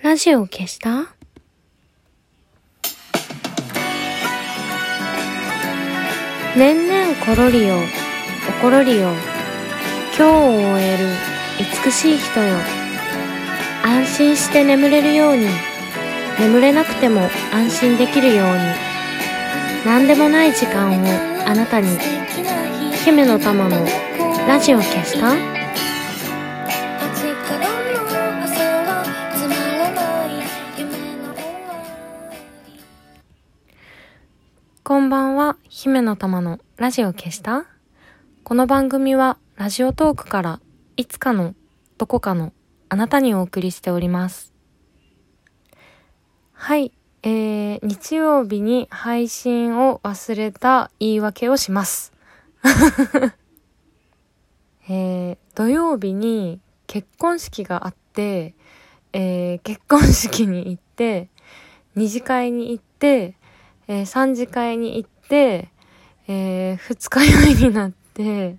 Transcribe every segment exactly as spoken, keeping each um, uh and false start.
ラジオ消した？年々ころりよ、おころりよ。今日を終える美しい人よ。安心して眠れるように、眠れなくても安心できるように。何でもない時間をあなたに。姫の玉のラジオ消した？こんばんは、姫の玉のラジオ消した？この番組はラジオトークからいつかのどこかのあなたにお送りしております。はい、えー、日曜日に配信を忘れた言い訳をします。えー、土曜日に結婚式があって、えー、結婚式に行って、二次会に行って、えー、三次会に行って、えー、二日酔いになって、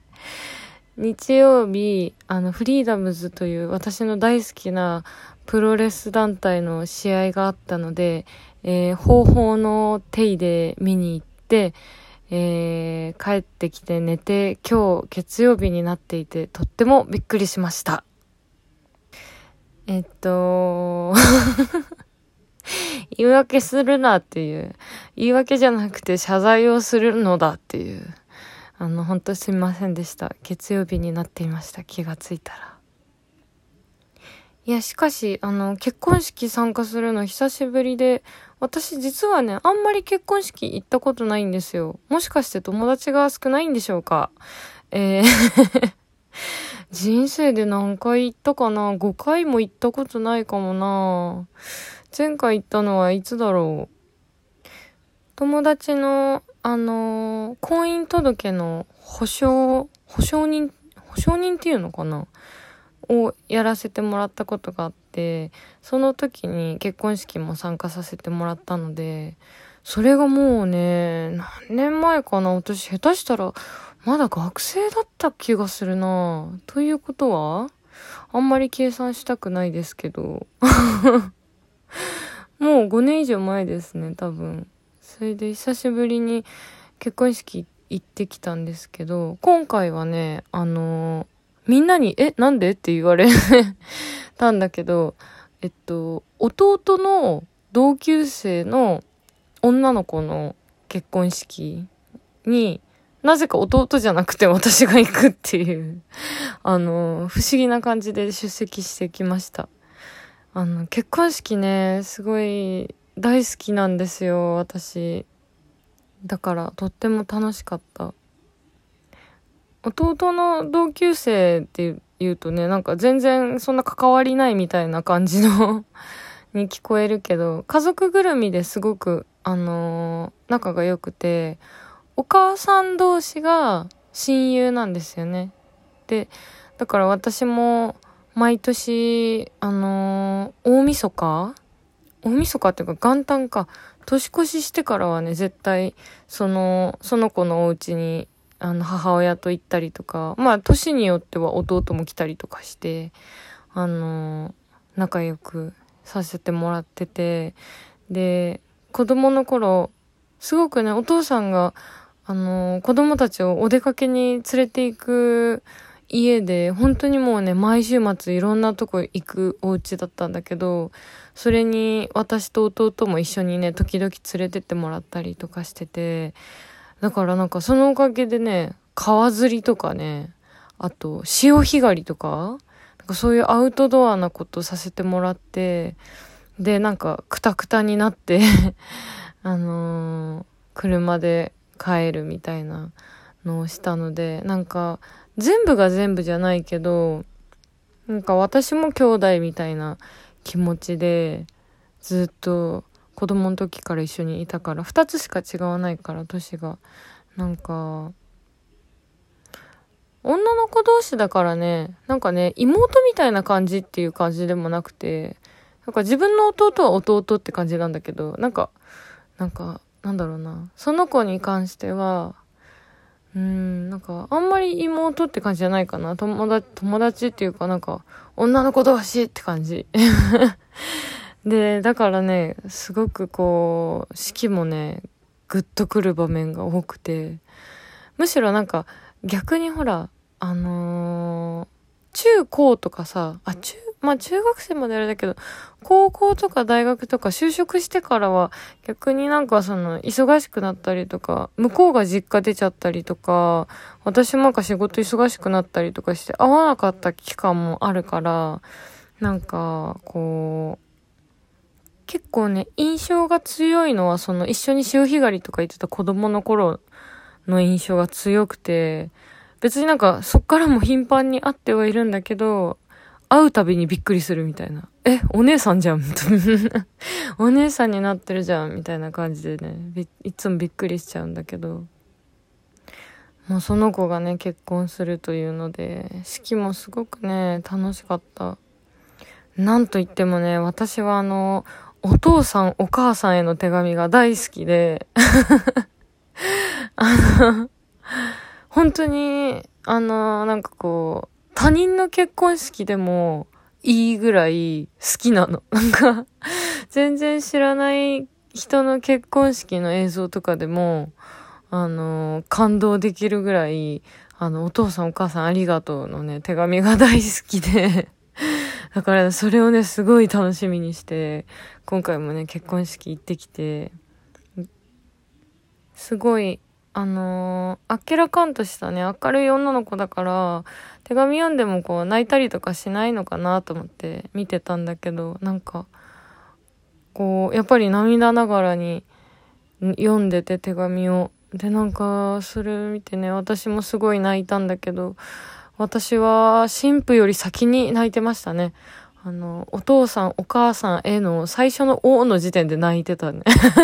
日曜日、あの、フリーダムズという私の大好きなプロレス団体の試合があったので、えー、方法の手入れ見に行って、えー、帰ってきて寝て、今日月曜日になっていて、とってもびっくりしました。えっと、言い訳するなっていう、言い訳じゃなくて謝罪をするのだっていう、あの、本当すみませんでした。月曜日になっていました。気がついたら。いや、しかし、あの、結婚式参加するの久しぶりで、私実はね、あんまり結婚式行ったことないんですよ。もしかして友達が少ないんでしょうか？えー、人生で何回行ったかな？ ご 回も行ったことないかもな。前回行ったのはいつだろう。友達の、あのー、婚姻届の保証、保証人、保証人っていうのかなをやらせてもらったことがあって、その時に結婚式も参加させてもらったので、それがもうね、何年前かな。私下手したらまだ学生だった気がするな。ということは、あんまり計算したくないですけど。もうごねん以上前ですね、多分。それで久しぶりに結婚式行ってきたんですけど、今回はね、あのー、みんなに、え、なんでって言われたんだけど、えっと、弟の同級生の女の子の結婚式に、なぜか弟じゃなくて私が行くっていう、あのー、不思議な感じで出席してきました。あの、結婚式ね、すごい大好きなんですよ、私。だから、とっても楽しかった。弟の同級生って言うとね、なんか全然そんな関わりないみたいな感じのに聞こえるけど、家族ぐるみですごく、あのー、仲が良くて、お母さん同士が親友なんですよね。で、だから私も、毎年、あのー、大晦日大晦日っていうか元旦か。年越ししてからはね、絶対、その、その子のお家に、あの、母親と行ったりとか、まあ、年によっては弟も来たりとかして、あのー、仲良くさせてもらってて、で、子供の頃、すごくね、お父さんが、あのー、子供たちをお出かけに連れて行く、家で本当にもうね、毎週末いろんなとこ行くお家だったんだけど、それに私と弟も一緒にね、時々連れてってもらったりとかしてて、だからなんかそのおかげでね、川釣りとかね、あと潮干狩りとか、なんかそういうアウトドアなことさせてもらって、で、なんかクタクタになってあのー、車で帰るみたいなのをしたので、なんか全部が全部じゃないけど、なんか私も兄弟みたいな気持ちで、ずっと子供の時から一緒にいたから、二つしか違わないから、年が。なんか、女の子同士だからね、なんかね、妹みたいな感じっていう感じでもなくて、なんか自分の弟は弟って感じなんだけど、なんか、なんか、なんだろうな。その子に関しては、うーん、なんか、あんまり妹って感じじゃないかな。友達、友達っていうかなんか、女の子同士って感じ。 で、だからね、すごくこう、式もね、グッとくる場面が多くて、むしろなんか逆にほら、あのー、中高とかさ、あ、中、まあ中学生まであれだけど、高校とか大学とか就職してからは逆になんかその忙しくなったりとか、向こうが実家出ちゃったりとか、私もなんか仕事忙しくなったりとかして会わなかった期間もあるから、なんかこう、結構ね、印象が強いのはその一緒に潮干狩りとか行ってた子供の頃の印象が強くて、別になんかそっからも頻繁に会ってはいるんだけど、会うたびにびっくりするみたいな。え、お姉さんじゃんお姉さんになってるじゃんみたいな感じでね、いつもびっくりしちゃうんだけど。もうその子がね、結婚するというので、式もすごくね、楽しかった。なんといってもね、私はあの、お父さんお母さんへの手紙が大好きで、あの、本当に、あの、なんかこう、他人の結婚式でもいいぐらい好きなの。なんか、全然知らない人の結婚式の映像とかでも、あの、感動できるぐらい、あの、お父さんお母さんありがとうのね、手紙が大好きで、だからそれをね、すごい楽しみにして、今回もね、結婚式行ってきて、すごい、あのー、あっけらかんとしたね、明るい女の子だから、手紙読んでもこう泣いたりとかしないのかなと思って見てたんだけど、なんか、こう、やっぱり涙ながらに読んでて手紙を。で、なんか、それ見てね、私もすごい泣いたんだけど、私は新婦より先に泣いてましたね。あの、お父さんお母さんへの最初のおの時点で泣いてたね。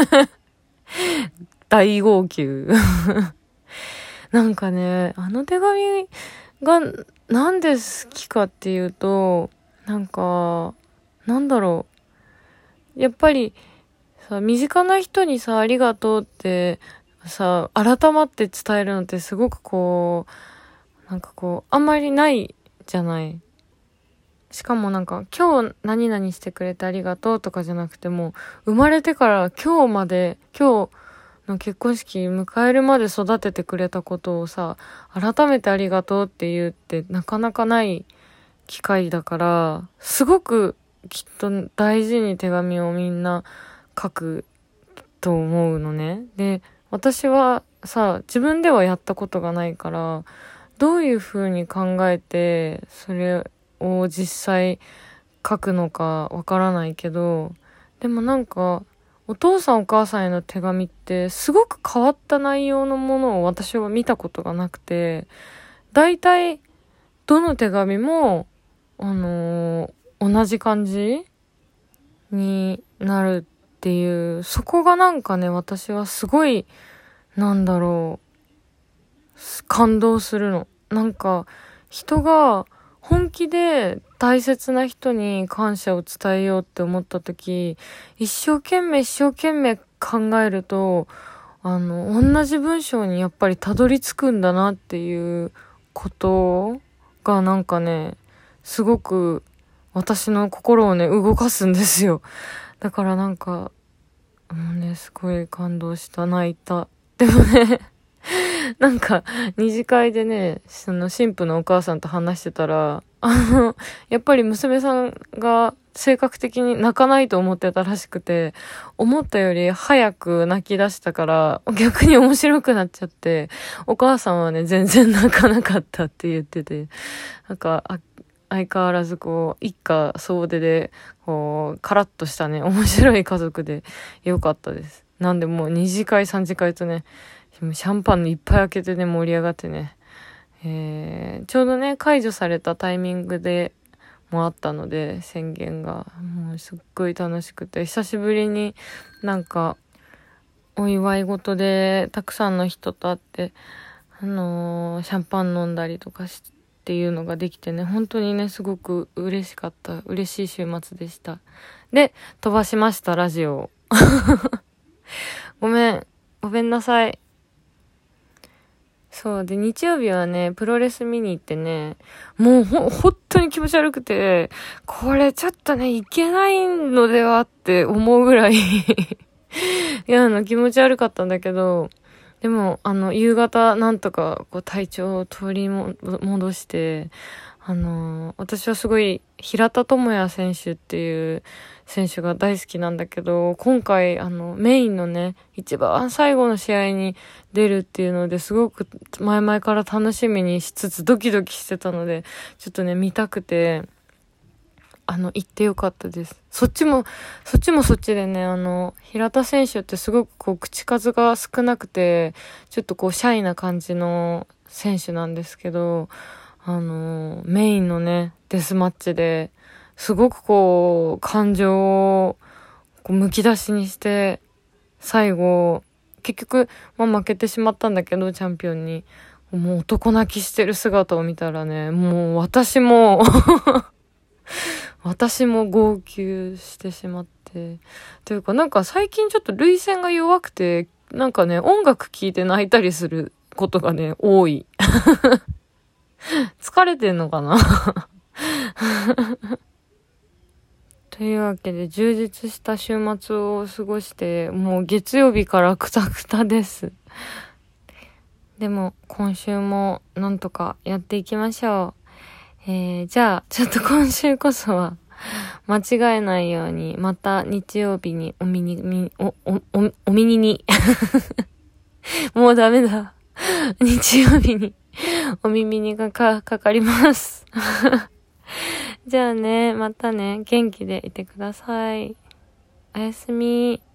大号泣。なんかね、あの手紙がなんで好きかっていうと、なんか、なんだろう。やっぱりさ、身近な人にさ、ありがとうってさ、改まって伝えるのってすごくこう、なんかこう、あんまりないじゃない。しかもなんか、今日何々してくれてありがとうとかじゃなくても、生まれてから今日まで、今日の結婚式迎えるまで育ててくれたことをさ、改めてありがとうって言うってなかなかない機会だから、すごくきっと大事に手紙をみんな書くと思うのね。で、私はさ、自分ではやったことがないから、どういう風に考えて、それを実際書くのかわからないけど、でもなんか、お父さんお母さんへの手紙ってすごく変わった内容のものを私は見たことがなくて、だいたいどの手紙も、あのー、同じ感じになるっていう、そこがなんかね、私はすごい、なんだろう、感動するの。なんか、人が本気で大切な人に感謝を伝えようって思った時、一生懸命一生懸命考えると、あの、同じ文章にやっぱりたどり着くんだなっていうことがなんかね、すごく私の心をね、動かすんですよ。だからなんか、もうね、すごい感動した、泣いた。でもね、なんか、二次会でね、その新婦のお母さんと話してたら、あの、やっぱり娘さんが性格的に泣かないと思ってたらしくて、思ったより早く泣き出したから、逆に面白くなっちゃって、お母さんはね、全然泣かなかったって言ってて、なんか、あ相変わらずこう、一家総出で、こう、カラッとしたね、面白い家族でよかったです。なんでもう二次会三次会とね、シャンパンいっぱい開けてね、盛り上がってね、えー、ちょうどね、解除されたタイミングでもあったので、宣言が、もうすっごい楽しくて、久しぶりになんか、お祝い事でたくさんの人と会って、あのー、シャンパン飲んだりとかして、っていうのができてね、本当にね、すごく嬉しかった。嬉しい週末でした。で、飛ばしました、ラジオを。ごめん。ごめんなさい。 そうで、日曜日はね、プロレス見に行ってね、もうほ、本当に気持ち悪くて、これちょっとね、いけないのではって思うぐらいいや、あの、気持ち悪かったんだけど、でも、あの、夕方、なんとか、こう、体調を取りも戻して、あのー、私はすごい、平田智也選手っていう選手が大好きなんだけど、今回、あの、メインのね、一番最後の試合に出るっていうので、すごく前々から楽しみにしつつ、ドキドキしてたので、ちょっとね、見たくて、あの、行ってよかったです。そっちも、そっちもそっちでね、あの、平田選手ってすごくこう、口数が少なくて、ちょっとこう、シャイな感じの選手なんですけど、あの、メインのね、デスマッチで、すごくこう、感情をこうむき出しにして、最後、結局、まあ負けてしまったんだけど、チャンピオンに。もう男泣きしてる姿を見たらね、もう私も私も号泣してしまって。というか、なんか最近ちょっと涙腺が弱くて、なんかね、音楽聴いて泣いたりすることがね、多い。疲れてんのかなというわけで、充実した週末を過ごして、もう月曜日からクタクタです。でも、今週もなんとかやっていきましょう。えー、じゃあ、ちょっと今週こそは、間違えないように、また日曜日におみに、み、お、お、お、おみにに。もうダメだ。日曜日にお耳にがか、かかります。じゃあね、またね、元気でいてください。おやすみ。